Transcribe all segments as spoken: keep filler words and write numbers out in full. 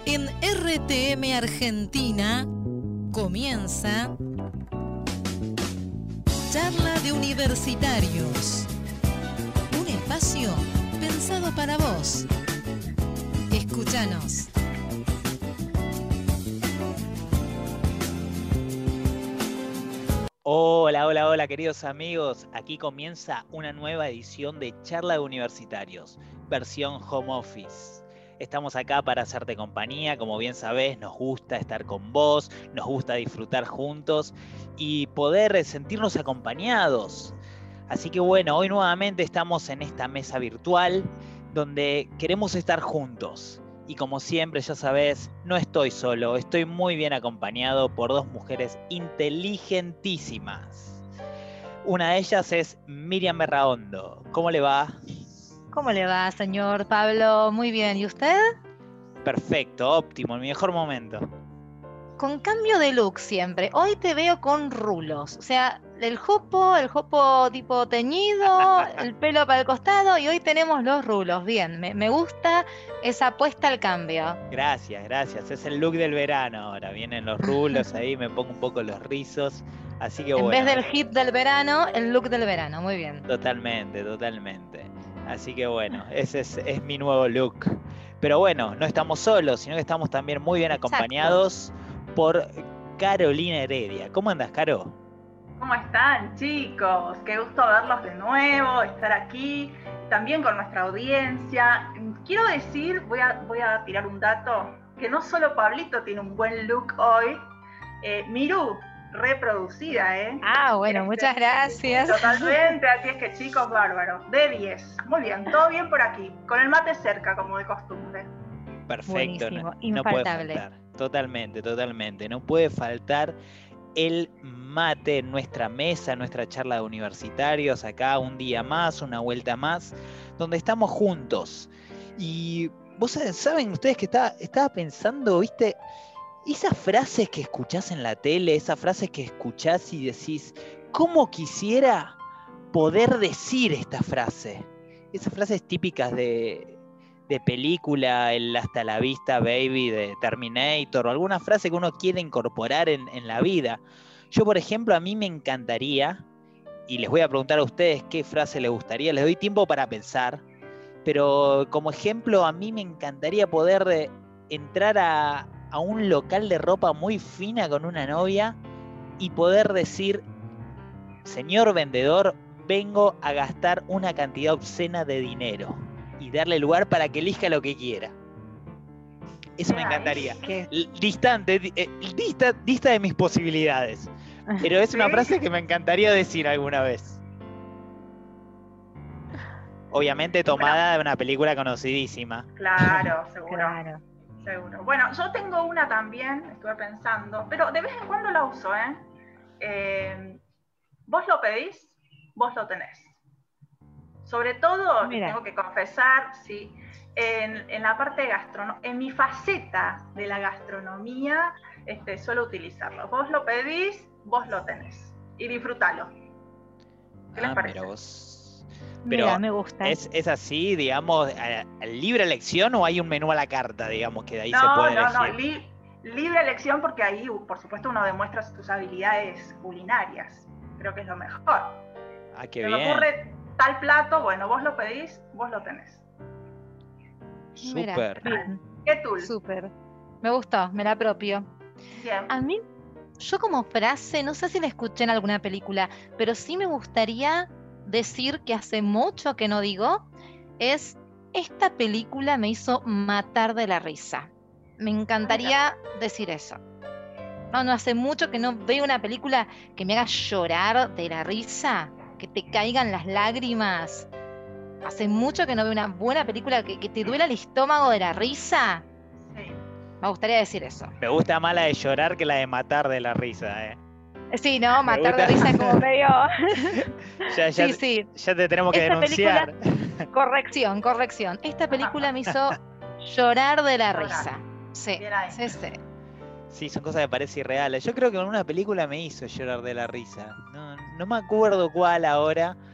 En R T M Argentina comienza Charla de Universitarios. Un espacio pensado para vos. Escúchanos. Hola, hola, hola queridos amigos. Aquí comienza una nueva edición de Charla de Universitarios, versión home office. Estamos acá para hacerte compañía, como bien sabés, nos gusta estar con vos, nos gusta disfrutar juntos y poder sentirnos acompañados. Así que bueno, hoy nuevamente estamos en esta mesa virtual donde queremos estar juntos. Y como siempre, ya sabés, no estoy solo, estoy muy bien acompañado por dos mujeres inteligentísimas. Una de ellas es Miriam Berraondo. ¿Cómo le va? ¿Cómo le va, señor Pablo? Muy bien. ¿Y usted? Perfecto, óptimo, el mejor momento. Con cambio de look siempre. Hoy te veo con rulos. O sea, el jopo, el jopo tipo teñido, el pelo para el costado y hoy tenemos los rulos. Bien, me, me gusta esa apuesta al cambio. Gracias, gracias. Es el look del verano ahora. Vienen los rulos ahí, me pongo un poco los rizos. Así que en bueno. En vez del hit del verano, el look del verano. Muy bien. Totalmente, totalmente. Así que bueno, ese es, es mi nuevo look. Pero bueno, no estamos solos, sino que estamos también muy bien acompañados Exacto. por Carolina Heredia. ¿Cómo andas, Caro? ¿Cómo están, chicos? Qué gusto verlos de nuevo, estar aquí, también con nuestra audiencia. Quiero decir, voy a, voy a tirar un dato, que no solo Pablito tiene un buen look hoy, eh, Miru, reproducida, ¿eh? Ah, bueno, este, muchas gracias. Totalmente, así es que chicos, bárbaro, de diez. Muy bien, todo bien por aquí, con el mate cerca, como de costumbre. Perfecto, buenísimo, no, no puede faltar. Totalmente, totalmente. No puede faltar el mate en nuestra mesa, en nuestra charla de universitarios, acá un día más, una vuelta más, donde estamos juntos. Y vos saben ustedes que estaba, estaba pensando, viste, esas frases que escuchás en la tele, esas frases que escuchás y decís, ¿cómo quisiera poder decir esta frase? Esas frases típicas de, de película, el hasta la vista baby de Terminator, o alguna frase que uno quiere incorporar en, en la vida. Yo, por ejemplo, a mí me encantaría, y les voy a preguntar a ustedes qué frase les gustaría, les doy tiempo para pensar, pero como ejemplo, a mí me encantaría poder de, entrar a... a un local de ropa muy fina con una novia y poder decir, señor vendedor, vengo a gastar una cantidad obscena de dinero y darle lugar para que elija lo que quiera. Eso me encantaría. ¿Qué? Distante, eh, dista, dista de mis posibilidades. Pero es una ¿Sí? frase que me encantaría decir alguna vez. Obviamente tomada de una película conocidísima. Claro, seguro. Claro. Seguro. Bueno, yo tengo una también, estuve pensando, pero de vez en cuando la uso, ¿eh? eh vos lo pedís, vos lo tenés. Sobre todo, Mira. tengo que confesar, sí, en, en la parte de gastronomía, en mi faceta de la gastronomía, este, suelo utilizarlo. Vos lo pedís, vos lo tenés. Y disfrútalo. ¿Qué ah, les parece? Mira vos. Pero Mira, me gusta. ¿es, ¿es así, digamos, a, a libre elección o hay un menú a la carta, digamos, que de ahí no, se puede no, elegir? No, no, li, libre elección porque ahí, por supuesto, uno demuestra sus habilidades culinarias. Creo que es lo mejor. Ah, qué Se bien. me ocurre tal plato, bueno, vos lo pedís, vos lo tenés. Súper. ¿Qué tool? Súper. Me gustó, me la apropio. Bien. A mí, yo como frase, no sé si la escuché en alguna película, pero sí me gustaría decir que hace mucho que no digo, es esta película me hizo matar de la risa. Me encantaría decir eso. No, no, hace mucho que no veo una película que me haga llorar de la risa, que te caigan las lágrimas. Hace mucho que no veo una buena película que, que te duela el estómago de la risa. Sí. Me gustaría decir eso. Me gusta más la de llorar que la de matar de la risa, ¿eh? Sí, no, matar de risa es como medio... ya, ya, sí, sí. Ya te tenemos que Esta denunciar. Película... Corrección, corrección. Esta película me hizo llorar de la risa. Sí, sí, sí. Sí, son cosas que parecen irreales. Yo creo que en una película me hizo llorar de la risa. No, no me acuerdo cuál ahora,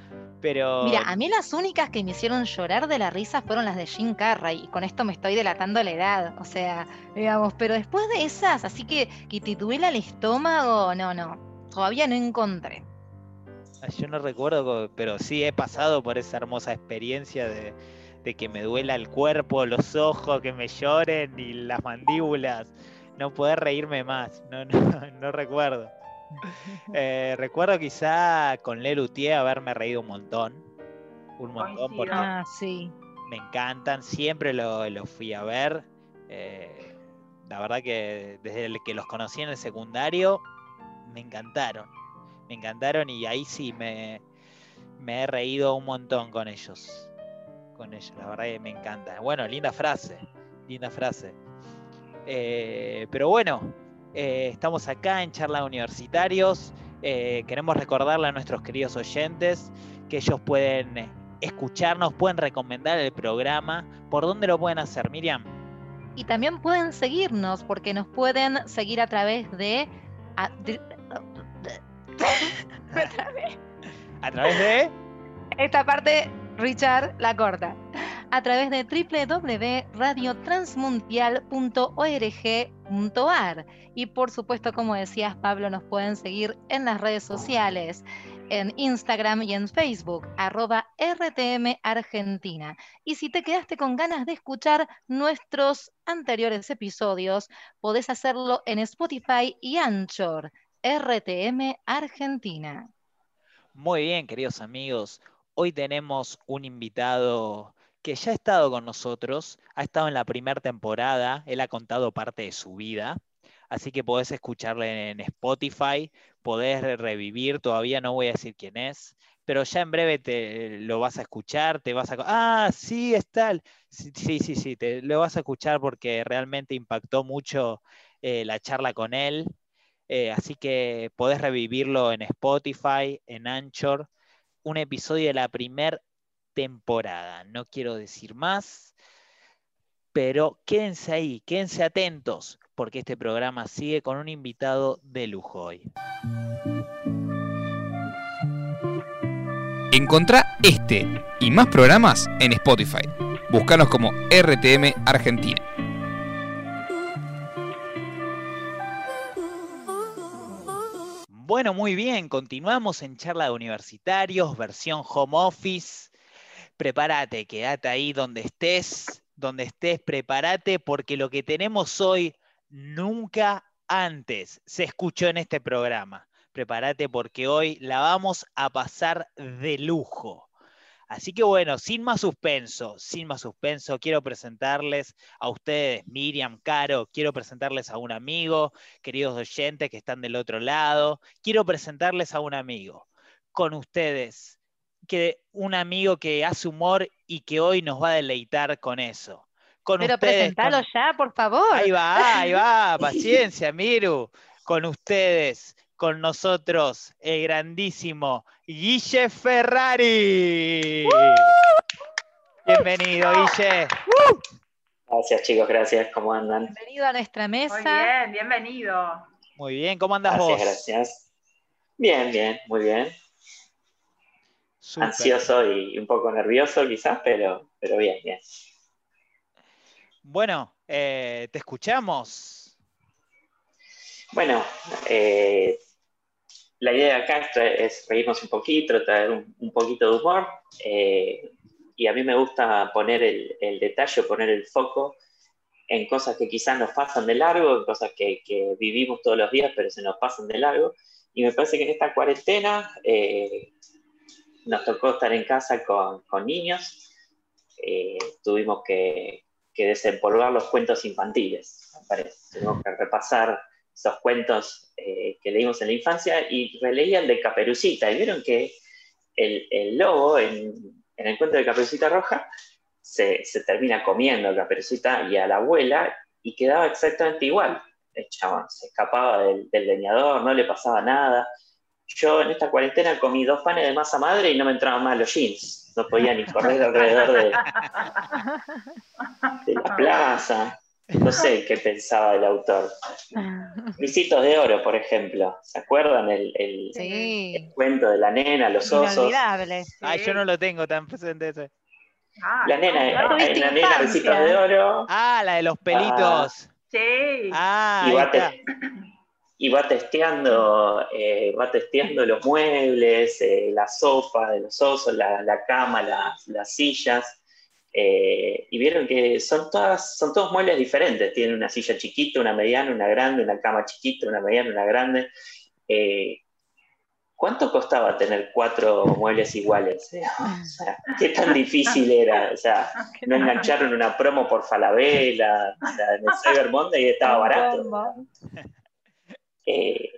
Pero... Mira, a mí las únicas que me hicieron llorar de la risa fueron las de Jim Carrey, y con esto me estoy delatando la edad, o sea, digamos, pero después de esas, así que que te duela el estómago, no, no, todavía no encontré. Yo no recuerdo, pero sí he pasado por esa hermosa experiencia de, de que me duela el cuerpo, los ojos, que me lloren y las mandíbulas, no poder reírme más, no, no, no recuerdo. Eh, recuerdo quizá con Lelutier haberme reído un montón, un montón, porque Ah, sí. me encantan, siempre lo, lo fui a ver. Eh, la verdad que desde el que los conocí en el secundario, me encantaron, me encantaron y ahí sí me, me he reído un montón con ellos, con ellos, la verdad que me encanta. Bueno, linda frase, linda frase. Eh, pero bueno, eh, estamos acá en Charla Universitarios. Eh, queremos recordarle a nuestros queridos oyentes que ellos pueden escucharnos, pueden recomendar el programa. ¿Por dónde lo pueden hacer, Miriam? Y también pueden seguirnos, porque nos pueden seguir a través de... A, de, ¿A través de? Esta parte, Richard, la corta. A través de doble u doble u doble u punto radio transmundial punto org punto a r. Y por supuesto, como decías, Pablo, nos pueden seguir en las redes sociales, en Instagram y en Facebook, arroba R T M Argentina. Y si te quedaste con ganas de escuchar nuestros anteriores episodios, podés hacerlo en Spotify y Anchor, R T M Argentina. Muy bien, queridos amigos. Hoy tenemos un invitado que ya ha estado con nosotros, ha estado en la primera temporada, él ha contado parte de su vida, así que podés escucharle en Spotify, podés revivir, todavía no voy a decir quién es, pero ya en breve te lo vas a escuchar, te vas a... Ah, sí, está. Sí, sí, sí, sí, te lo vas a escuchar porque realmente impactó mucho eh, la charla con él, eh, así que podés revivirlo en Spotify, en Anchor, un episodio de la primera temporada. No quiero decir más, pero quédense ahí, quédense atentos, porque este programa sigue con un invitado de lujo hoy. Encontrá este y más programas en Spotify. Búscanos como R T M Argentina. Bueno, muy bien, continuamos en Charla de Universitarios, versión home office. Prepárate, quédate ahí donde estés, donde estés, prepárate, porque lo que tenemos hoy nunca antes se escuchó en este programa. Prepárate porque hoy la vamos a pasar de lujo. Así que bueno, sin más suspenso, sin más suspenso, quiero presentarles a ustedes, Miriam, Caro, quiero presentarles a un amigo, queridos oyentes que están del otro lado, quiero presentarles a un amigo, con ustedes, que un amigo que hace humor y que hoy nos va a deleitar con eso. Con Pero ustedes, presentalo con... ya, por favor. Ahí va, ahí va, paciencia, Miru. Con ustedes, con nosotros, el grandísimo Guille Ferrari. ¡Uh! Bienvenido, Guille. ¡Uh! Gracias, chicos, gracias. ¿Cómo andan? Bienvenido a nuestra mesa. Muy bien, bienvenido. Muy bien, ¿cómo andas gracias, vos? Gracias, bien, bien, muy bien. Super. Ansioso y un poco nervioso quizás, pero, pero bien, bien. Bueno, eh, te escuchamos. Bueno, eh, la idea de acá es reírnos un poquito, traer un, un poquito de humor, eh, y a mí me gusta poner el, el detalle, poner el foco en cosas que quizás nos pasan de largo, en cosas que, que vivimos todos los días, pero se nos pasan de largo, y me parece que en esta cuarentena eh, nos tocó estar en casa con, con niños, eh, tuvimos que, que desempolvar los cuentos infantiles, me parece. Tuvimos que repasar esos cuentos eh, que leímos en la infancia y releía el de Caperucita. Y vieron que el, el lobo, en, en el cuento de Caperucita Roja, se, se termina comiendo a Caperucita y a la abuela y quedaba exactamente igual. El chabón se escapaba del, del leñador, no le pasaba nada. Yo en esta cuarentena comí dos panes de masa madre y no me entraban más los jeans. No podía ni correr alrededor de, de la plaza. no sé qué pensaba el autor. Ricitos de Oro, por ejemplo. ¿Se acuerdan el, el, Sí. el cuento de la nena, los osos? Inolvidable. Ay, yo no lo tengo tan presente ese. Ah, La nena, no, no. hay tuviste una nena, Ricitos infancia. de Oro. Ah, la de los pelitos. Sí. Ah, y ahí va, está. te- y va testeando, eh, va testeando los muebles, eh, la sopa de los osos, la, la cama, las, las sillas. Eh, y vieron que son todas, son todos muebles diferentes. Tienen una silla chiquita, una mediana, una grande, una cama chiquita, una mediana, una grande. Eh, ¿Cuánto costaba tener cuatro muebles iguales? O sea, ¿qué tan difícil era? O sea, no engancharon una promo por Falabella, o sea, en el Cyber Monday estaba Un barato. combo. Eh,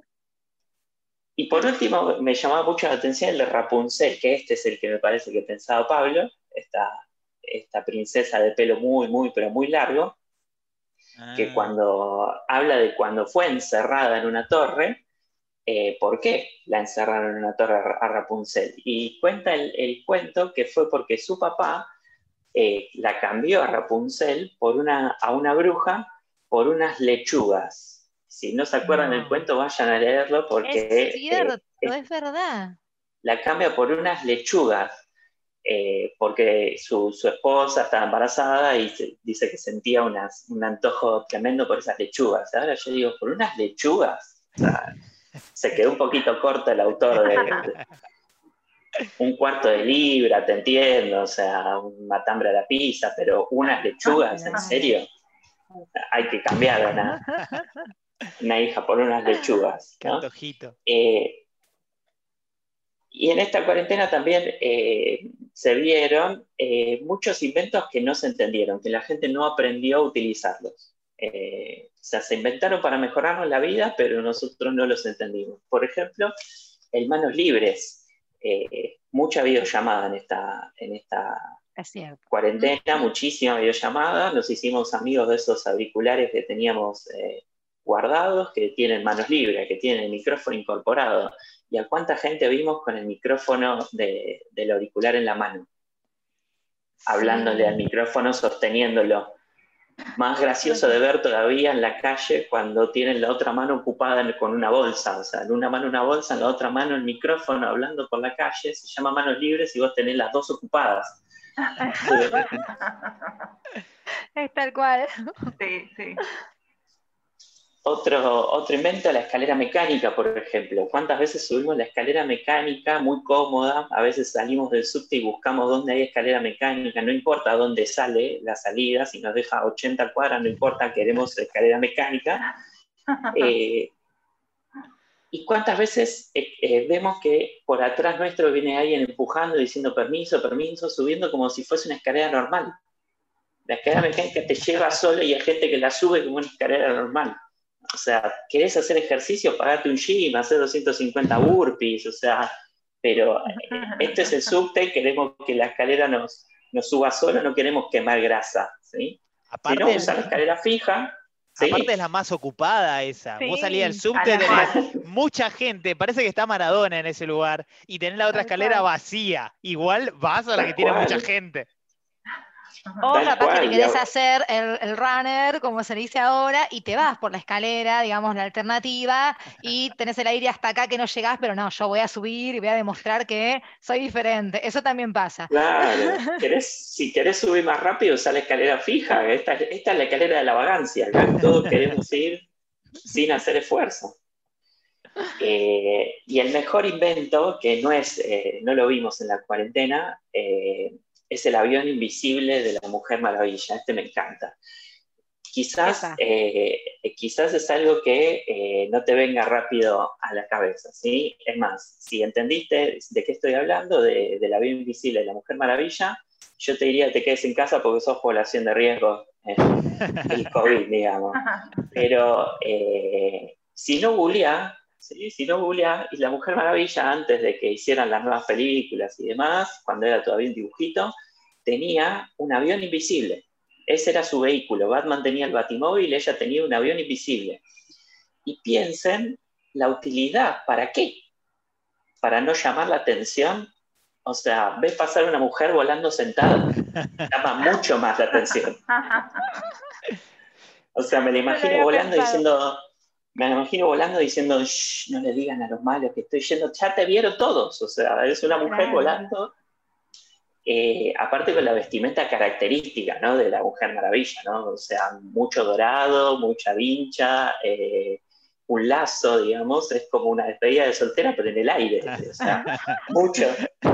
y por último, me llamaba mucho la atención el de Rapunzel, que este es el que me parece que pensaba Pablo, esta, esta princesa de pelo muy, muy, pero muy largo, que Ah, cuando habla de cuando fue encerrada en una torre, Eh, ¿por qué la encerraron en una torre a Rapunzel? Y cuenta el, el cuento que fue porque su papá eh, la cambió a Rapunzel por una, a una bruja por unas lechugas. Si no se acuerdan del no. cuento, vayan a leerlo porque Es cierto, eh, es verdad. la cambia por unas lechugas. Eh, porque su, su esposa estaba embarazada y se, dice que sentía unas, un antojo tremendo por esas lechugas. Ahora yo digo, ¿por unas lechugas? O sea, se quedó un poquito corto el autor de, de un cuarto de libra, te entiendo, o sea, un matambre a la pizza, pero unas lechugas, ¿en serio? Hay que cambiar a una, una hija por unas lechugas, Qué ¿no? antojito. Eh, y en esta cuarentena también eh, se vieron eh, muchos inventos que no se entendieron, que la gente no aprendió a utilizarlos. Eh, o sea, se inventaron para mejorarnos la vida, pero nosotros no los entendimos. Por ejemplo, el manos libres. Eh, mucha videollamada en esta, en esta Es cierto. cuarentena, muchísima videollamada. Nos hicimos amigos de esos auriculares que teníamos eh, guardados, que tienen manos libres, que tienen el micrófono incorporado. ¿Y a cuánta gente vimos con el micrófono de, del auricular en la mano? Hablándole Sí. al micrófono, sosteniéndolo. Más gracioso de ver todavía en la calle cuando tienen la otra mano ocupada con una bolsa, o sea, en una mano una bolsa, en la otra mano el micrófono, hablando por la calle, se llama manos libres y vos tenés las dos ocupadas. Es tal cual. Sí, sí. Otro, otro invento, la escalera mecánica, por ejemplo. ¿Cuántas veces subimos la escalera mecánica muy cómoda? A veces salimos del subte y buscamos dónde hay escalera mecánica, no importa dónde sale la salida, si nos deja ochenta cuadras, no importa, queremos escalera mecánica. Eh, ¿Y cuántas veces eh, eh, vemos que por atrás nuestro viene alguien empujando, diciendo permiso, permiso, subiendo como si fuese una escalera normal? La escalera mecánica te lleva sola y hay gente que la sube como una escalera normal. O sea, querés hacer ejercicio, pagate un gym, hacer doscientos cincuenta burpees, o sea, pero eh, este es el subte, queremos que la escalera nos, nos suba sola, no queremos quemar grasa, ¿sí? Si no, Aparte, usa la escalera fija, ¿sí? aparte es la más ocupada esa. Sí, Vos salís del a subte, la tenés mucha gente, parece que está Maradona en ese lugar, y tenés la otra Tal escalera cual. vacía. Igual vas a la Tal que tiene cual. mucha gente. O Tal capaz que te cual, querés ya. hacer el, el runner, como se le dice ahora, y te vas por la escalera, digamos, la alternativa, y tenés el aire hasta acá que no llegás, pero no, yo voy a subir y voy a demostrar que soy diferente. Eso también pasa. Claro, ¿querés, si querés subir más rápido, usa la escalera fija. Esta, esta es la escalera de la vagancia. Acá todos queremos ir sin hacer esfuerzo. Eh, y el mejor invento, que no, es, eh, no lo vimos en la cuarentena, eh, es el avión invisible de la Mujer Maravilla. Este me encanta. Quizás, eh, quizás es algo que eh, no te venga rápido a la cabeza, ¿sí? Es más, si entendiste de qué estoy hablando, de, del avión invisible de la Mujer Maravilla, yo te diría que te quedes en casa porque sos población de riesgo, eh, el COVID, digamos. Pero eh, si no googleás, ¿sí? Si no googleás, y la Mujer Maravilla, antes de que hicieran las nuevas películas y demás, cuando era todavía un dibujito, tenía un avión invisible. Ese era su vehículo. Batman tenía el Batimóvil, ella tenía un avión invisible. Y piensen la utilidad. ¿Para qué? ¿Para no llamar la atención? O sea, ves pasar una mujer volando sentada, llama mucho más la atención. O sea, me la imagino había volando pensado. diciendo, me la imagino volando diciendo, "Shh, no le digan a los malos que estoy yendo, ya te vieron todos". O sea, es una mujer Claro. volando, eh, aparte con la vestimenta característica, ¿no? De la Mujer Maravilla, ¿no? O sea, mucho dorado, mucha vincha, eh, un lazo, digamos, es como una despedida de soltera, pero en el aire. O sea, mucho.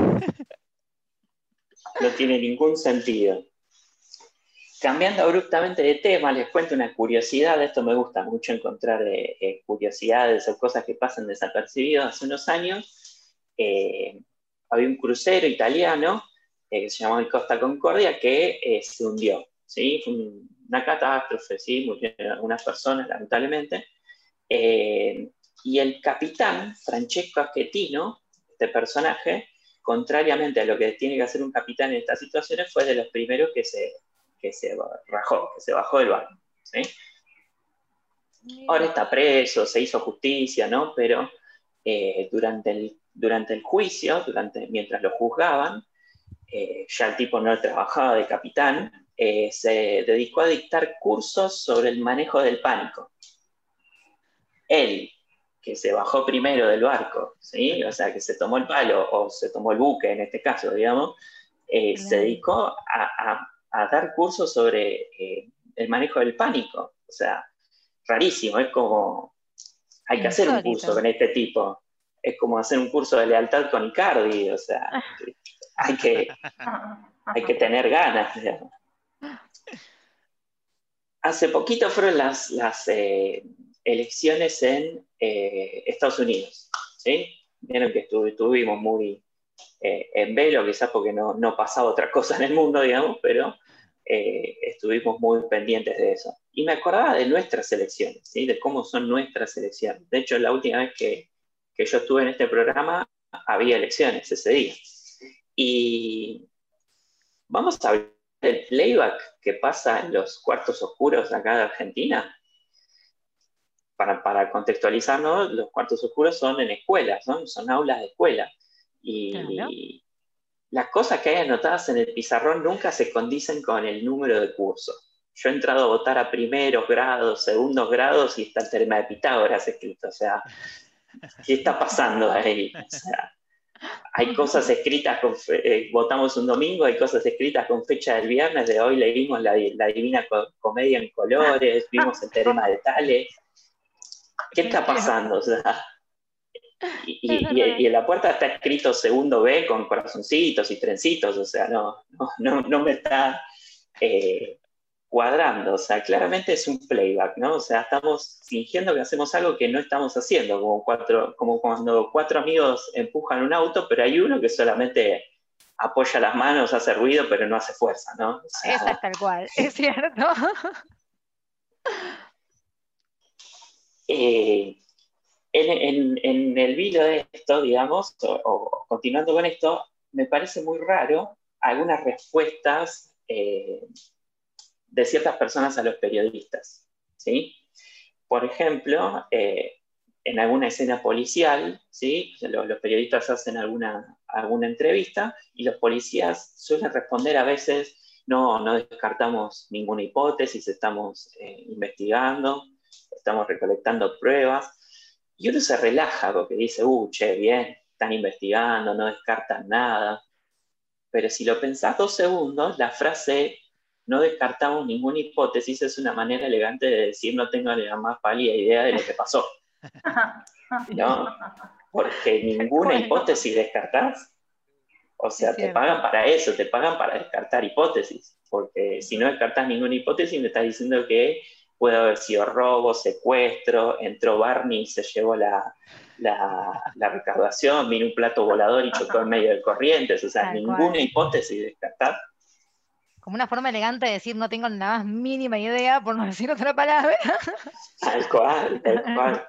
No tiene ningún sentido. Cambiando abruptamente de tema, les cuento una curiosidad. Esto me gusta mucho encontrar eh, eh, curiosidades o cosas que pasan desapercibidas. Hace unos años eh, había un crucero italiano eh, que se llamaba el Costa Concordia que eh, se hundió, ¿sí? Fue un, una catástrofe, ¿sí? Murieron algunas personas, lamentablemente. Eh, y el capitán, Francesco Aschettino, este personaje, contrariamente a lo que tiene que hacer un capitán en estas situaciones, fue de los primeros que se, que se rajó, que se bajó del barco, ¿sí? Ahora está preso, se hizo justicia, ¿no? Pero eh, durante, el, durante el juicio, durante, mientras lo juzgaban, eh, ya el tipo no trabajaba de capitán, eh, se dedicó a dictar cursos sobre el manejo del pánico. Él, que se bajó primero del barco, ¿sí? O sea, que se tomó el palo, o se tomó el buque en este caso, digamos, eh, Claro. se dedicó a, a, a dar cursos sobre eh, el manejo del pánico. O sea, rarísimo, es como, hay que hacer un curso con este tipo. Es como hacer un curso de lealtad con Icardi, o sea, hay que, hay que tener ganas, digamos. Hace poquito fueron las, las eh, elecciones en eh, Estados Unidos, ¿sí? Vieron que estu estuvimos muy eh, en velo, quizás porque no, no pasaba otra cosa en el mundo, digamos, pero eh, estuvimos muy pendientes de eso. Y me acordaba de nuestras elecciones, ¿sí? De cómo son nuestras elecciones. De hecho, la última vez que, que yo estuve en este programa, había elecciones ese día. Y vamos a ver el playback que pasa en los cuartos oscuros acá de Argentina. Para, para contextualizarnos, los cuartos oscuros son en escuelas, ¿no? Son aulas de escuela. Y Claro. las cosas que hay anotadas en el pizarrón nunca se condicen con el número de curso. Yo he entrado a votar a primeros grados, segundos grados, y está el teorema de Pitágoras escrito. O sea, ¿qué está pasando ahí? O sea, hay cosas escritas, con eh, votamos un domingo, hay cosas escritas con fecha del viernes, de hoy leímos la, la Divina Comedia en colores, vimos el teorema de Tales. ¿Qué está pasando? O sea, y, y, y, y en la puerta está escrito segundo B con corazoncitos y trencitos, o sea, no, no, no, no me está eh, cuadrando. O sea, claramente es un playback, ¿no? O sea, estamos fingiendo que hacemos algo que no estamos haciendo, como, cuatro, como cuando cuatro amigos empujan un auto, pero hay uno que solamente apoya las manos, hace ruido, pero no hace fuerza, ¿no? O sea, Esa es tal cual, es cierto. Eh, en, en, en el vilo de esto, digamos, o, o continuando con esto, me parece muy raro algunas respuestas eh, de ciertas personas a los periodistas, ¿sí? Por ejemplo, eh, en alguna escena policial, ¿sí? Los, los periodistas hacen alguna, alguna entrevista y los policías suelen responder a veces, no, no descartamos ninguna hipótesis, estamos eh, investigando, estamos recolectando pruebas, y uno se relaja porque dice, uh, che, bien, están investigando, no descartan nada. Pero si lo pensás dos segundos, la frase no descartamos ninguna hipótesis es una manera elegante de decir no tengo ni la más pálida idea de lo que pasó. ¿No? Porque ninguna hipótesis descartás. O sea, te pagan para eso, te pagan para descartar hipótesis. Porque si no descartás ninguna hipótesis, me estás diciendo que puede haber sido robo, secuestro, entró Barney y se llevó la, la, la recaudación, vino un plato volador y chocó en medio de corrientes. O sea, Tal ninguna cual. hipótesis descartar. Como una forma elegante de decir no tengo la más mínima idea, por no decir otra palabra. Tal cual, tal cual.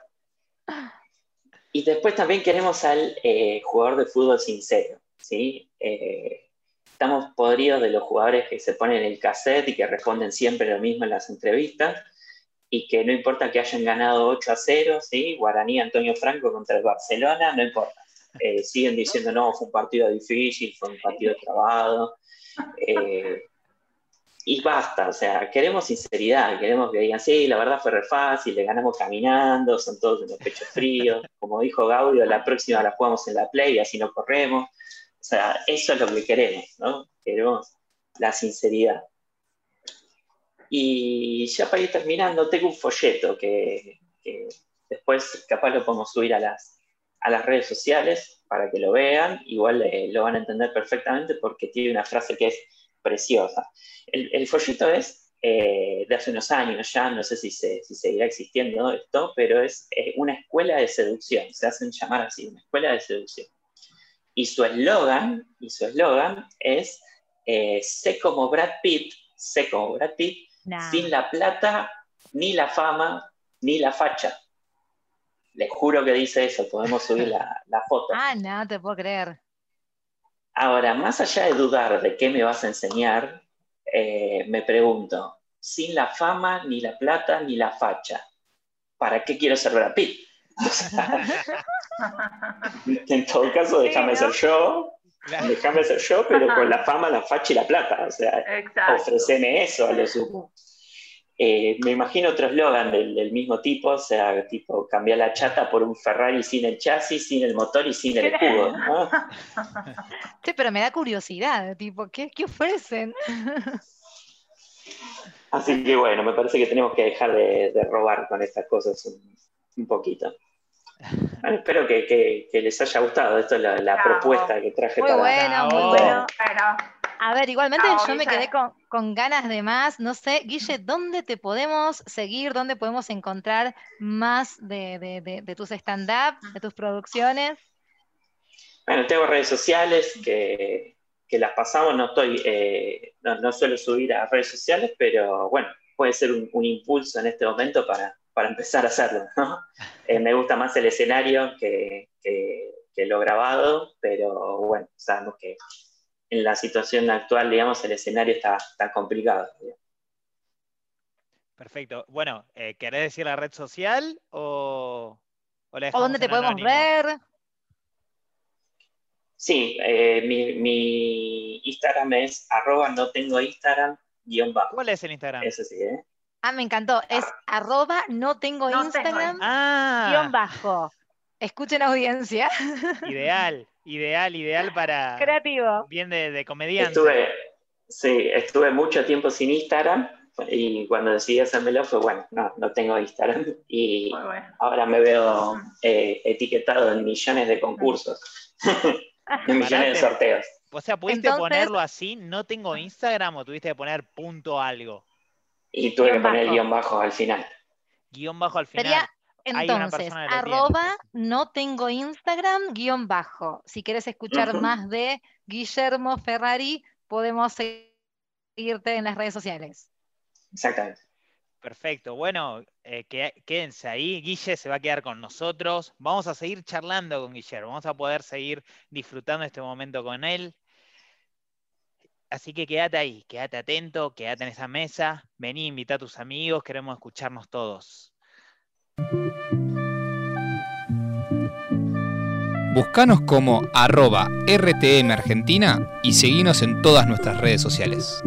Y después también queremos al eh, jugador de fútbol sincero, ¿sí? Eh, estamos podridos de los jugadores que se ponen el cassette y que responden siempre lo mismo en las entrevistas, y que no importa que hayan ganado ocho a cero, ¿sí? Guaraní Antonio Franco contra el Barcelona, no importa. Eh, siguen diciendo, no, fue un partido difícil, fue un partido trabado. Eh, y basta, o sea, queremos sinceridad, queremos que digan, sí, la verdad fue re fácil, le ganamos caminando, son todos unos pechos fríos, como dijo Gaudio, la próxima la jugamos en la Play, así no corremos, o sea, eso es lo que queremos, ¿no? Queremos la sinceridad. Y ya para ir terminando, tengo un folleto que, que después capaz lo podemos subir a las, a las redes sociales para que lo vean, igual eh, lo van a entender perfectamente porque tiene una frase que es preciosa. El, el folleto es eh, de hace unos años ya, no sé si, se, si seguirá existiendo esto, pero es eh, una escuela de seducción, se hacen llamar así, una escuela de seducción. Y su eslogan, y su eslogan es eh, sé como Brad Pitt, sé como Brad Pitt, Nah. sin la plata, ni la fama, ni la facha. Les juro que dice eso, podemos subir la, la foto. Ah, no, te puedo creer. Ahora, más allá de dudar de qué me vas a enseñar, eh, me pregunto, sin la fama, ni la plata, ni la facha, ¿para qué quiero ser Brad Pitt? O sea, en todo caso, déjame Sí, ¿no? ser yo, déjame ser yo, pero con la fama, la facha y la plata. O sea, Exacto. ofreceme eso a lo sumo. Eh, me imagino otro eslogan del, del mismo tipo, o sea, tipo, cambiar la chata por un Ferrari sin el chasis, sin el motor y sin el escudo, ¿no? Sí, pero me da curiosidad, tipo, ¿qué, qué ofrecen? Así que bueno, me parece que tenemos que dejar de, de robar con estas cosas un, un poquito. Bueno, espero que, que, que les haya gustado. Esto es la, la Bravo. propuesta que traje Muy para, bueno, Bravo. muy para bueno. Bueno, A ver, igualmente Bravo, yo me Guille. quedé con, con ganas de más. No sé, Guille, ¿dónde te podemos seguir? ¿Dónde podemos encontrar más de, de- de- de tus stand-up, de tus producciones? Bueno, tengo redes sociales que, que las pasamos, no estoy, eh, no, no suelo subir a redes sociales, pero bueno, puede ser un, un impulso en este momento para, para empezar a hacerlo, ¿no? Eh, me gusta más el escenario que, que, que lo grabado, pero bueno, sabemos que en la situación actual, digamos, el escenario está, está complicado, digamos. Perfecto. Bueno, eh, ¿querés decir la red social o, o la ¿O dejamos dónde te en podemos anónimo? ver? Sí, eh, mi, mi Instagram es arroba no tengo Instagram guión bajo. ¿Cuál es el Instagram? Eso sí, ¿eh? Ah, me encantó. Es arroba no tengo No tengo Instagram, Ah, guión bajo. Escuchen audiencia. ideal, ideal, ideal para Creativo. bien de, de comediante. Estuve, sí, estuve mucho tiempo sin Instagram y cuando decidí hacérmelo fue, bueno, no, no tengo Instagram y muy bueno. ahora me veo eh, etiquetado en millones de concursos, en millones de Parate. sorteos. O sea, ¿pudiste Entonces, ponerlo así? ¿No tengo Instagram o tuviste que poner punto algo? Y tuve que guión poner el bajo. guión bajo al final. Guión bajo al Sería final. Hay una entonces, persona que lo tiene. arroba no tengo Instagram, guión bajo. Si quieres escuchar Ujú. más de Guillermo Ferrari, podemos seguirte en las redes sociales. Exactamente. Perfecto. Bueno, eh, que- quédense ahí. Guille se va a quedar con nosotros. Vamos a seguir charlando con Guillermo. Vamos a poder seguir disfrutando este momento con él. Así que quédate ahí, quédate atento, quédate en esa mesa. Vení, invita a tus amigos, queremos escucharnos todos. Buscanos como arroba R T M Argentina y seguinos en todas nuestras redes sociales.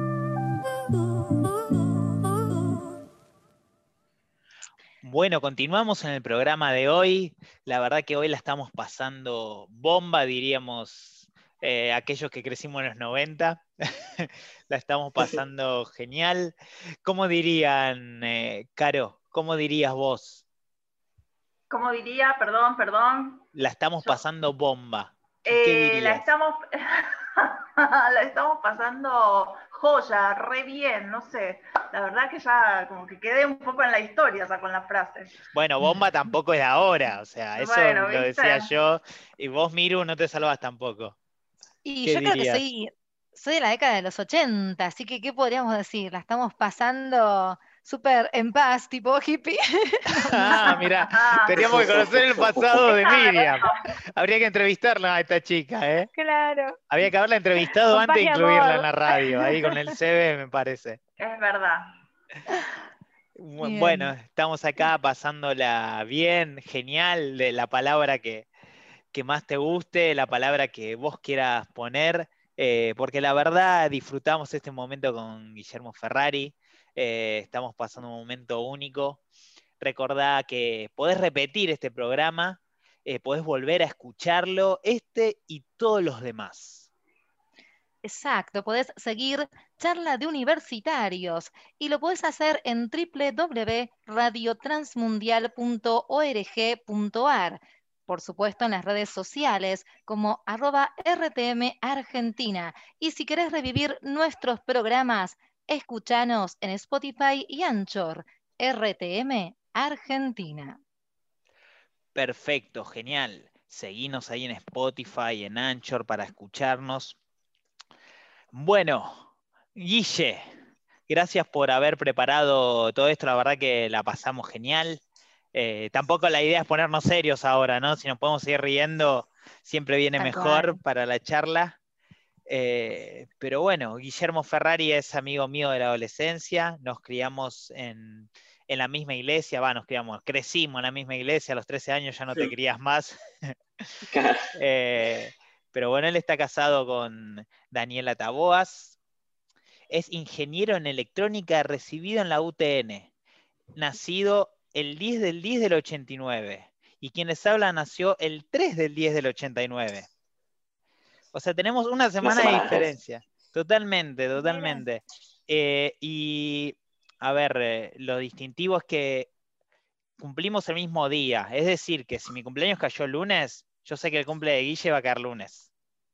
Bueno, continuamos en el programa de hoy. La verdad que hoy la estamos pasando bomba, diríamos eh, aquellos que crecimos en los noventa. La estamos pasando genial. ¿Cómo dirían, eh, Caro? ¿Cómo dirías vos? ¿Cómo diría? Perdón, perdón. La estamos Yo- pasando bomba. ¿Qué, qué Eh, la dirías? estamos la estamos pasando joya, re bien, no sé. La verdad que ya como que quedé un poco en la historia, o sea, con la frase. Bueno, bomba tampoco es ahora, o sea, eso Bueno, lo ¿viste? decía yo, y vos, Miru, no te salvas tampoco. Y ¿Qué yo creo que dirías? soy, soy de la década de los ochenta, así que ¿qué podríamos decir? La estamos pasando súper en paz, tipo hippie. Ah, mira, Ah, teníamos que conocer el pasado de esa Miriam. versión. Habría que entrevistarla a esta chica, ¿eh? Claro. Había que haberla entrevistado Con paz antes de y incluirla amor. en la radio, ahí con el C V, me parece. Es verdad. Bu- Bien. Bueno, estamos acá pasándola bien, genial, de la palabra que, que más te guste, la palabra que vos quieras poner. eh, porque la verdad disfrutamos este momento con Guillermo Ferrari, eh, estamos pasando un momento único. Recordá que podés repetir este programa, eh, podés volver a escucharlo, este y todos los demás. Exacto, podés seguir Charla de Universitarios y lo podés hacer en doble u doble u doble u punto radio transmundial punto org punto ar. Por supuesto en las redes sociales como arroba R T M Argentina. Y si querés revivir nuestros programas, escuchanos en Spotify y Anchor, R T M Argentina. Perfecto, genial. Seguinos ahí en Spotify, en Anchor para escucharnos. Bueno, Guille, gracias por haber preparado todo esto, la verdad que la pasamos genial. Eh, tampoco la idea es ponernos serios ahora, ¿no? Si nos podemos seguir riendo, siempre viene Tal mejor cual. para la charla. Eh, pero bueno, Guillermo Ferrari es amigo mío de la adolescencia, nos criamos en, en la misma iglesia, va, nos criamos, crecimos en la misma iglesia, a los trece años ya no te crías más. eh, pero bueno, él está casado con Daniela Taboas, es ingeniero en electrónica recibido en la U T N, nacido el diez del diez del ochenta y nueve, y quien les habla nació el tres del diez del ochenta y nueve. O sea, tenemos una semana de diferencia. Totalmente, totalmente. Eh, y, a ver, eh, lo distintivo es que cumplimos el mismo día. Es decir, que si mi cumpleaños cayó el lunes, yo sé que el cumple de Guille va a caer lunes.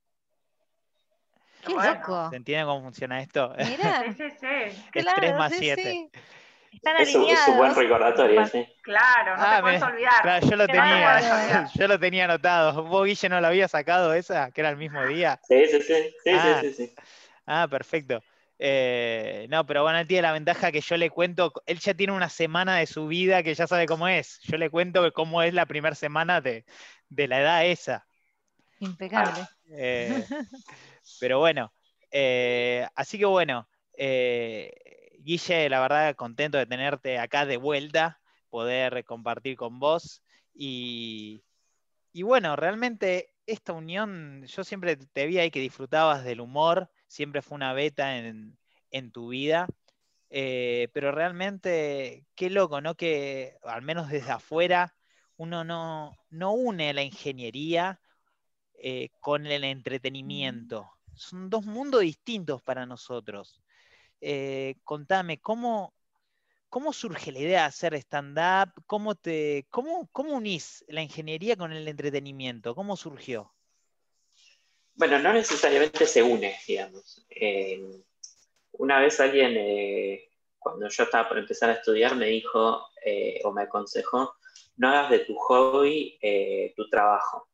¡Qué Bueno. loco! ¿Se entiende cómo funciona esto? Mirá. Sí, sí, sí. Es Claro, tres más sí, siete. sí. Están Es un, es un buen alineados. recordatorio, sí. Claro, no Ah, te puedes me- olvidar. claro, yo lo No te podés tenía, olvidar. yo lo tenía anotado. ¿Vos, Guille, no lo había sacado esa? Que era el mismo día. Sí, sí, sí, sí, Ah, sí, sí, sí. ah, perfecto. Eh, no, pero bueno, él tiene la ventaja que yo le cuento, él ya tiene una semana de su vida que ya sabe cómo es. Yo le cuento cómo es la primera semana de, de la edad esa. Impecable. Eh, pero bueno, eh, así que bueno, eh, Guille, la verdad, contento de tenerte acá de vuelta, poder compartir con vos. Y, y bueno, realmente esta unión, yo siempre te vi ahí que disfrutabas del humor, siempre fue una beta en, en tu vida. Eh, pero realmente, qué loco, ¿no? Que al menos desde afuera uno no, no une la ingeniería eh, con el entretenimiento. Son dos mundos distintos para nosotros. Eh, contame, ¿cómo, ¿cómo surge la idea de hacer stand-up? ¿Cómo, te, cómo, ¿Cómo unís la ingeniería con el entretenimiento? ¿Cómo surgió? Bueno, no necesariamente se une, digamos. Eh, una vez alguien, eh, cuando yo estaba por empezar a estudiar, me dijo eh, o me aconsejó, no hagas de tu hobby eh, tu trabajo.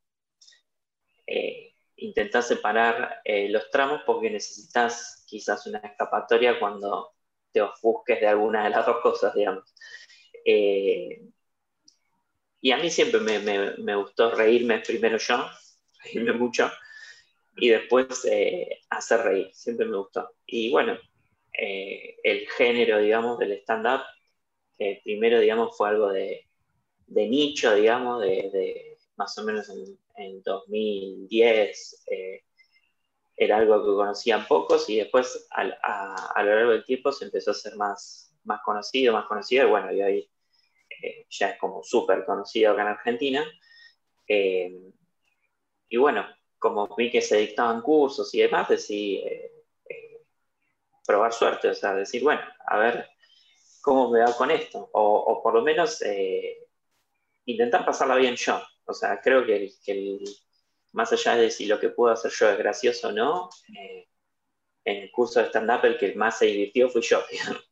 Eh, intentá separar eh, los tramos porque necesitas quizás una escapatoria cuando te ofusques de alguna de las dos cosas, digamos. Eh, y a mí siempre me, me, me gustó reírme primero yo, reírme mucho, y después eh, hacer reír, siempre me gustó. Y bueno, eh, el género, digamos, del stand-up, eh, primero, digamos, fue algo de, de nicho, digamos, de, de más o menos en, en dos mil diez, eh, era algo que conocían pocos y después a, a, a lo largo del tiempo se empezó a ser más, más conocido, más conocido, y bueno, y hoy eh, ya es como súper conocido acá en Argentina. Eh, y bueno, como vi que se dictaban cursos y demás, decidí eh, eh, probar suerte, o sea, decir, bueno, a ver cómo me va con esto, o, o por lo menos eh, intentar pasarla bien yo. O sea, creo que, el, que el, más allá de si lo que puedo hacer yo es gracioso o no, eh, en el curso de stand-up el que más se divirtió fui yo, digamos.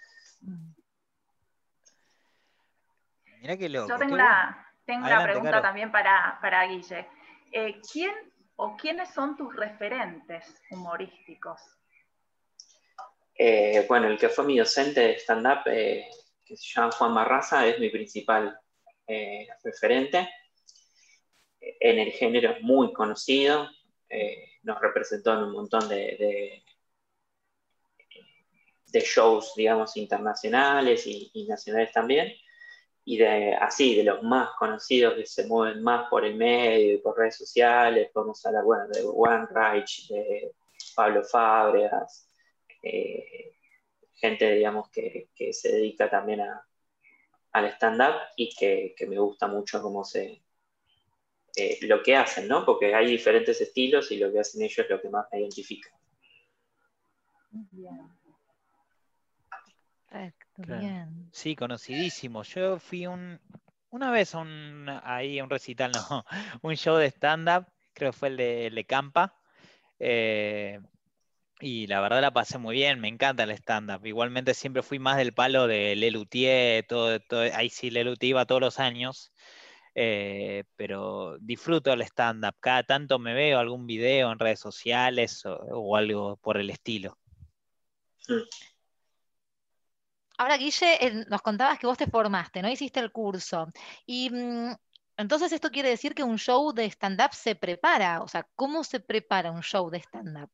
Mirá qué loco. Yo tengo qué una, bueno. tengo Adelante, una pregunta Caro. también para, para Guille. Eh, ¿Quién o quiénes son tus referentes humorísticos? Eh, bueno, el que fue mi docente de stand-up, eh, que se llama Juan Barraza, es mi principal eh, referente. En el género es muy conocido, eh, nos representó en un montón de, de, de shows, digamos, internacionales y, y nacionales también. Y de, así, de los más conocidos que se mueven más por el medio y por redes sociales, podemos hablar, bueno, de One Reich, de Pablo Fábregas, eh, gente, digamos, que, que se dedica también a, al stand-up y que, que me gusta mucho cómo se, eh, lo que hacen, ¿no? Porque hay diferentes estilos y lo que hacen ellos es lo que más me identifica. Bien. Perfecto, Claro. bien. Sí, conocidísimo. Yo fui un, una vez a un, ahí a un recital, no, un show de stand-up, creo que fue el de, el de Campa, eh, y la verdad la pasé muy bien, me encanta el stand-up. Igualmente siempre fui más del palo de Lelutier, todo, todo, ahí sí Lelutier iba todos los años, eh, pero disfruto el stand-up. Cada tanto me veo algún video en redes sociales o, o algo por el estilo. Mm. Ahora, Guille, eh, nos contabas que vos te formaste, ¿no? Hiciste el curso. Y mm, entonces esto quiere decir que un show de stand-up se prepara. O sea, ¿cómo se prepara un show de stand-up?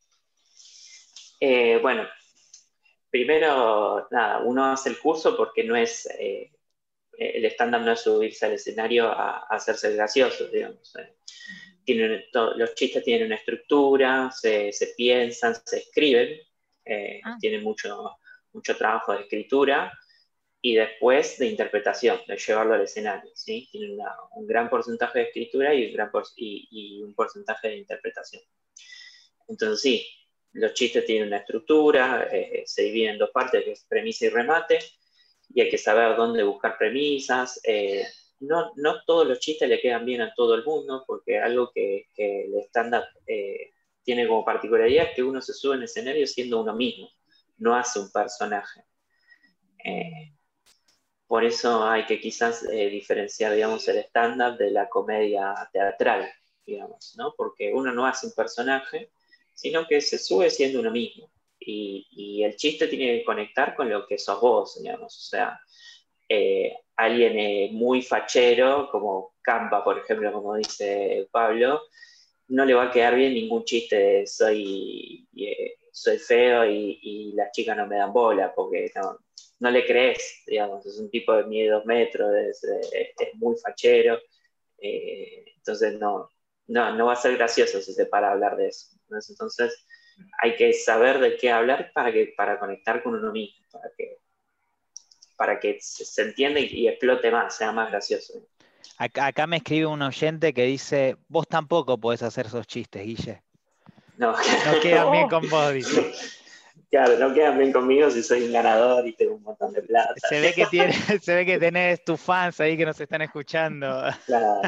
Eh, bueno, primero, nada, uno hace el curso porque no es, eh, el stand-up no es subirse al escenario a, a hacerse gracioso, digamos. Eh. Tienen, to, los chistes tienen una estructura, se, se piensan, se escriben, eh, Ah, tienen mucho, mucho trabajo de escritura y después de interpretación, de llevarlo al escenario, ¿sí? Tienen una, un gran porcentaje de escritura y un, gran por, y, y un porcentaje de interpretación. Entonces sí, los chistes tienen una estructura, eh, se dividen en dos partes, que es premisa y remate, y hay que saber dónde buscar premisas. Eh, no, no todos los chistes le quedan bien a todo el mundo, porque algo que, que el stand-up eh, tiene como particularidad es que uno se sube en escenario siendo uno mismo, no hace un personaje. Eh, por eso hay que quizás eh, diferenciar, digamos, el stand-up de la comedia teatral, digamos, ¿no? Porque uno no hace un personaje, sino que se sube siendo uno mismo. Y, y el chiste tiene que conectar con lo que sos vos, digamos. O sea, eh, alguien eh, muy fachero, como Campa, por ejemplo, como dice Pablo, no le va a quedar bien ningún chiste de soy, eh, soy feo y, y las chicas no me dan bola, porque no, no le crees, digamos. Es un tipo de mide dos metros, es, es, es muy fachero, eh, entonces no, no, no va a ser gracioso si se para a hablar de eso. Entonces hay que saber de qué hablar para, que, para conectar con uno mismo, para que, para que se, se entienda y, y explote más, sea más gracioso. Acá, acá me escribe un oyente que dice, vos tampoco podés hacer esos chistes, Guille. No, No quedan bien Oh. con vos, dice. Claro, no quedan bien conmigo si soy un ganador y tengo un montón de plata. Se ve que, tiene, se ve que tenés tus fans ahí que nos están escuchando. Claro.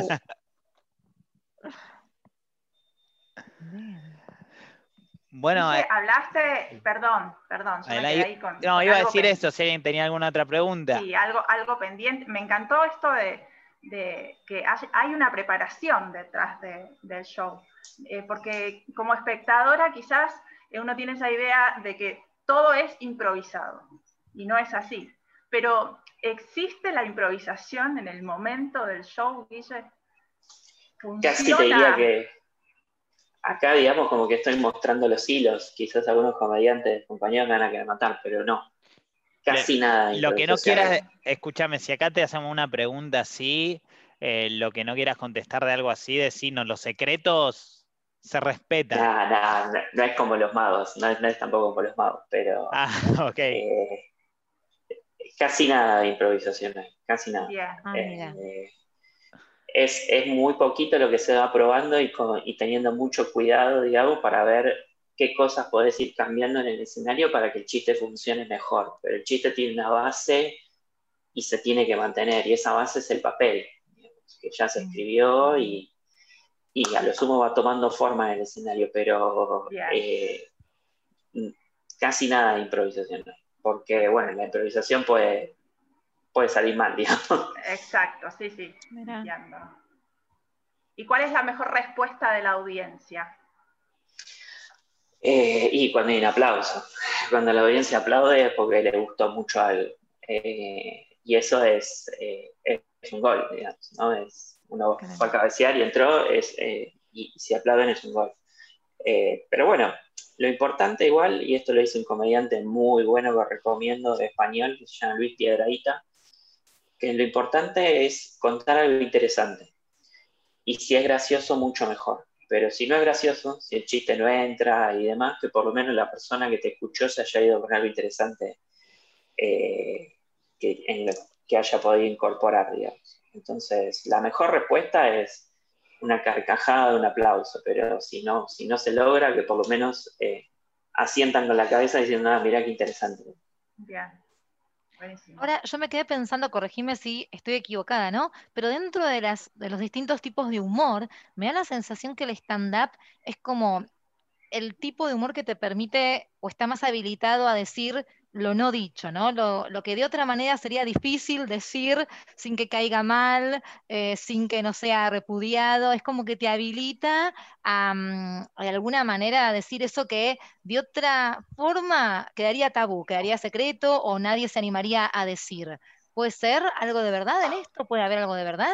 bien. Bueno, Guille, eh, hablaste, perdón, perdón, yo me quedé adelante. ahí con, No, con iba a algo decir pen- eso, si alguien tenía alguna otra pregunta. Sí, algo, algo pendiente. Me encantó esto de, de que hay, hay una preparación detrás de, del show, eh, porque como espectadora quizás eh, uno tiene esa idea de que todo es improvisado, y no es así. Pero, ¿existe la improvisación en el momento del show, Guille? Casi te diría ¿Funciona? que acá, digamos, como que estoy mostrando los hilos. Quizás algunos comediantes, compañeros me van a querer matar, pero no. Casi Le- nada de lo que no improvisación. quieras, escúchame, si acá te hacemos una pregunta así, eh, lo que no quieras contestar de algo así, decirnos, los secretos se respetan. Nada, nada, no, no es como los magos, no es, no es tampoco como los magos, pero Ah, ok. eh, casi nada de improvisación, casi nada. Bien. Ah, mira. Eh, es, es muy poquito lo que se va probando y, con, y teniendo mucho cuidado, digamos, para ver qué cosas podés ir cambiando en el escenario para que el chiste funcione mejor. Pero el chiste tiene una base y se tiene que mantener, y esa base es el papel, digamos, que ya se escribió y, y a lo sumo va tomando forma en el escenario, pero eh, casi nada de improvisación, porque bueno, la improvisación puede, puede salir mal, digamos. Exacto, sí, sí. Mira. Entiendo. ¿Y cuál es la mejor respuesta de la audiencia? Eh, y cuando hay un aplauso, cuando la audiencia aplaude es porque le gustó mucho algo. Eh, y eso es, eh, es un gol, digamos, ¿no? Es, uno Claro. fue a cabecear y entró, es, eh, y, y si aplauden es un gol. Eh, pero bueno, lo importante igual, y esto lo dice un comediante muy bueno que recomiendo de español, que se llama Luis Piedrahita, que lo importante es contar algo interesante. Y si es gracioso, mucho mejor. pero si no es gracioso, si el chiste no entra y demás, que por lo menos la persona que te escuchó se haya ido con algo interesante eh, que, en lo, que haya podido incorporar, digamos. Entonces, la mejor respuesta es una carcajada, un aplauso, pero si no, si no se logra, que por lo menos eh, asientan con la cabeza diciendo, ah, mirá qué interesante. Bien. Buenísimo. Ahora, yo me quedé pensando, corregime si estoy equivocada, ¿no? Pero dentro de las, de los distintos tipos de humor, me da la sensación que el stand-up es como el tipo de humor que te permite o está más habilitado a decir lo no dicho, ¿no? Lo, lo que de otra manera sería difícil decir sin que caiga mal, eh, sin que no sea repudiado. Es como que te habilita a, mm, de alguna manera a decir eso que de otra forma quedaría tabú, quedaría secreto o nadie se animaría a decir. ¿Puede ser algo de verdad en esto? ¿Puede haber algo de verdad?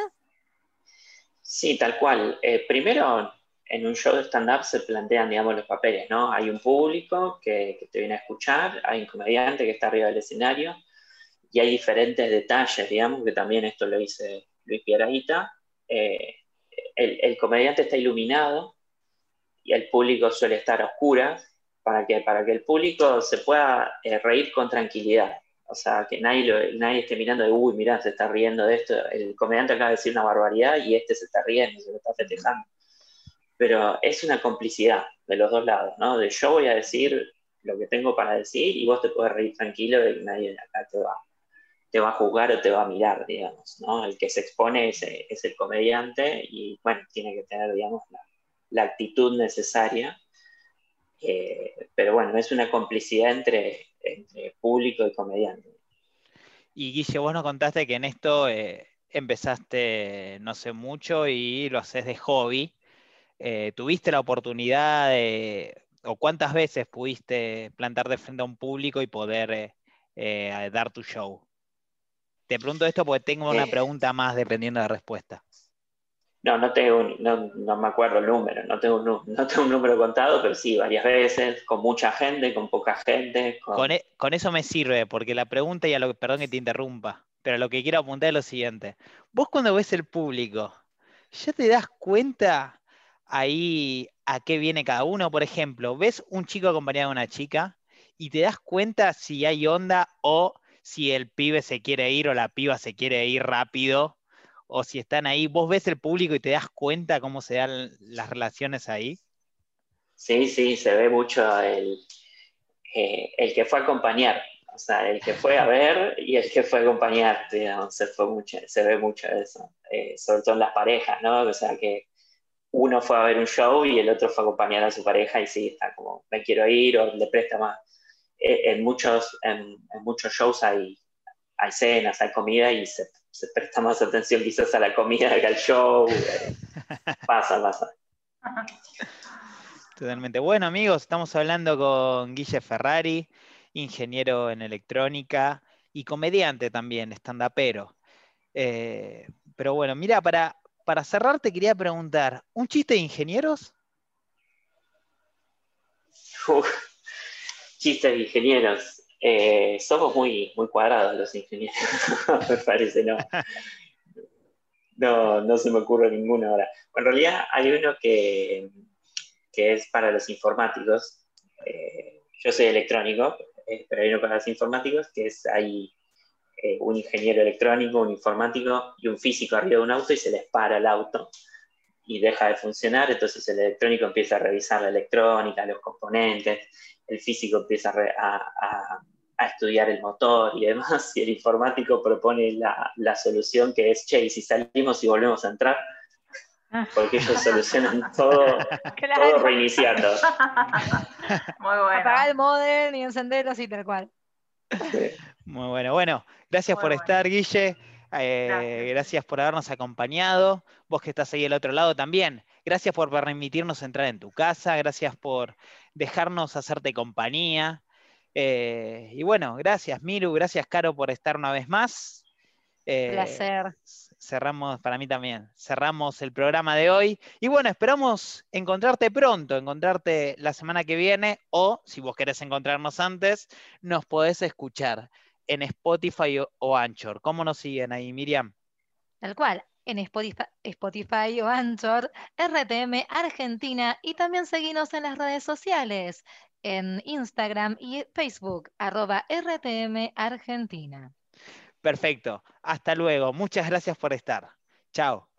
Sí, tal cual. Eh, primero, en un show de stand-up se plantean, digamos, los papeles, ¿no? Hay un público que, que te viene a escuchar, hay un comediante que está arriba del escenario, y hay diferentes detalles, digamos, que también esto lo dice Luis Piedrahita. Eh, el, el comediante está iluminado y el público suele estar a oscuras para que, para que el público se pueda eh, reír con tranquilidad. O sea, que nadie, lo, nadie esté mirando de, uy, mirá, se está riendo de esto. El comediante acaba de decir una barbaridad y este se está riendo, se lo está festejando. Pero es una complicidad de los dos lados, ¿no? De yo voy a decir lo que tengo para decir y vos te podés reír tranquilo de que nadie acá te va, te va a juzgar o te va a mirar, digamos, ¿no? El que se expone es, es el comediante y, bueno, tiene que tener, digamos, la, la actitud necesaria. Eh, pero bueno, es una complicidad entre, entre público y comediante. Y Guille, vos nos contaste que en esto eh, empezaste no sé mucho y lo haces de hobby. Eh, ¿tuviste la oportunidad de, o cuántas veces pudiste plantarte frente a un público y poder eh, eh, dar tu show? Te pregunto esto porque tengo una Eh, pregunta más dependiendo de la respuesta. no, no, tengo, no, no me acuerdo el número, no tengo, un, no tengo un número contado, pero sí, varias veces, con mucha gente, con poca gente. Con... Con, e- con eso me sirve, porque la pregunta, y a lo que, perdón que te interrumpa, pero lo que quiero apuntar es lo siguiente. Vos cuando ves el público, ¿ya te das cuenta ahí a qué viene cada uno? Por ejemplo, ves un chico acompañado de una chica y te das cuenta si hay onda o si el pibe se quiere ir o la piba se quiere ir rápido, o si están ahí. ¿Vos ves el público y te das cuenta cómo se dan las relaciones ahí? Sí, sí, se ve mucho el, eh, el que fue a acompañar, o sea, el que fue a ver y el que fue a acompañar, digamos, se, fue mucho, se ve mucho eso, eh, sobre todo en las parejas, ¿no? O sea, que uno fue a ver un show y el otro fue a acompañar a su pareja y sí, está como, me quiero ir o le presta más. Eh, en, muchos, en, en muchos shows hay, hay cenas, hay comida y se, se presta más atención quizás a la comida que al show. Eh, pasa, pasa. Totalmente. Bueno, amigos, estamos hablando con Guille Ferrari, ingeniero en electrónica y comediante también, estandapero. Eh, pero bueno, mira, para, para cerrar te quería preguntar, ¿un chiste de ingenieros? Uf, chistes de ingenieros. Eh, somos muy, muy cuadrados los ingenieros, me parece, no. No, no se me ocurre ninguno ahora. En realidad hay uno que, que es para los informáticos. Eh, yo soy electrónico, eh, pero hay uno para los informáticos que es hay eh, un ingeniero electrónico, un informático y un físico arriba de un auto y se les para el auto y deja de funcionar, entonces el electrónico empieza a revisar la electrónica, los componentes, el físico empieza a, a, a estudiar el motor y demás, y el informático propone la, la solución que es, che, y si salimos y volvemos a entrar, porque ellos solucionan todo, Claro. todo reiniciando. Muy bueno. Apagar el modem y encenderlo así tal cual. Sí. Muy bueno. Bueno, gracias Muy por bueno. estar, Guille. Eh, Gracias. gracias por habernos acompañado. Vos que estás ahí al otro lado también. Gracias por permitirnos entrar en tu casa. Gracias por dejarnos hacerte compañía. Eh, y bueno, gracias, Miru. Gracias, Caro, por estar una vez más. Eh, Placer. cerramos, para mí también, cerramos el programa de hoy. Y bueno, esperamos encontrarte pronto, encontrarte la semana que viene, o si vos querés encontrarnos antes, nos podés escuchar en Spotify o, o Anchor. ¿Cómo nos siguen ahí, Miriam? Tal cual. en Spotify, Spotify o Anchor, R T M Argentina, y también seguinos en las redes sociales, en Instagram y Facebook, arroba R T M Argentina. Perfecto. Hasta luego. Muchas gracias por estar. Chao.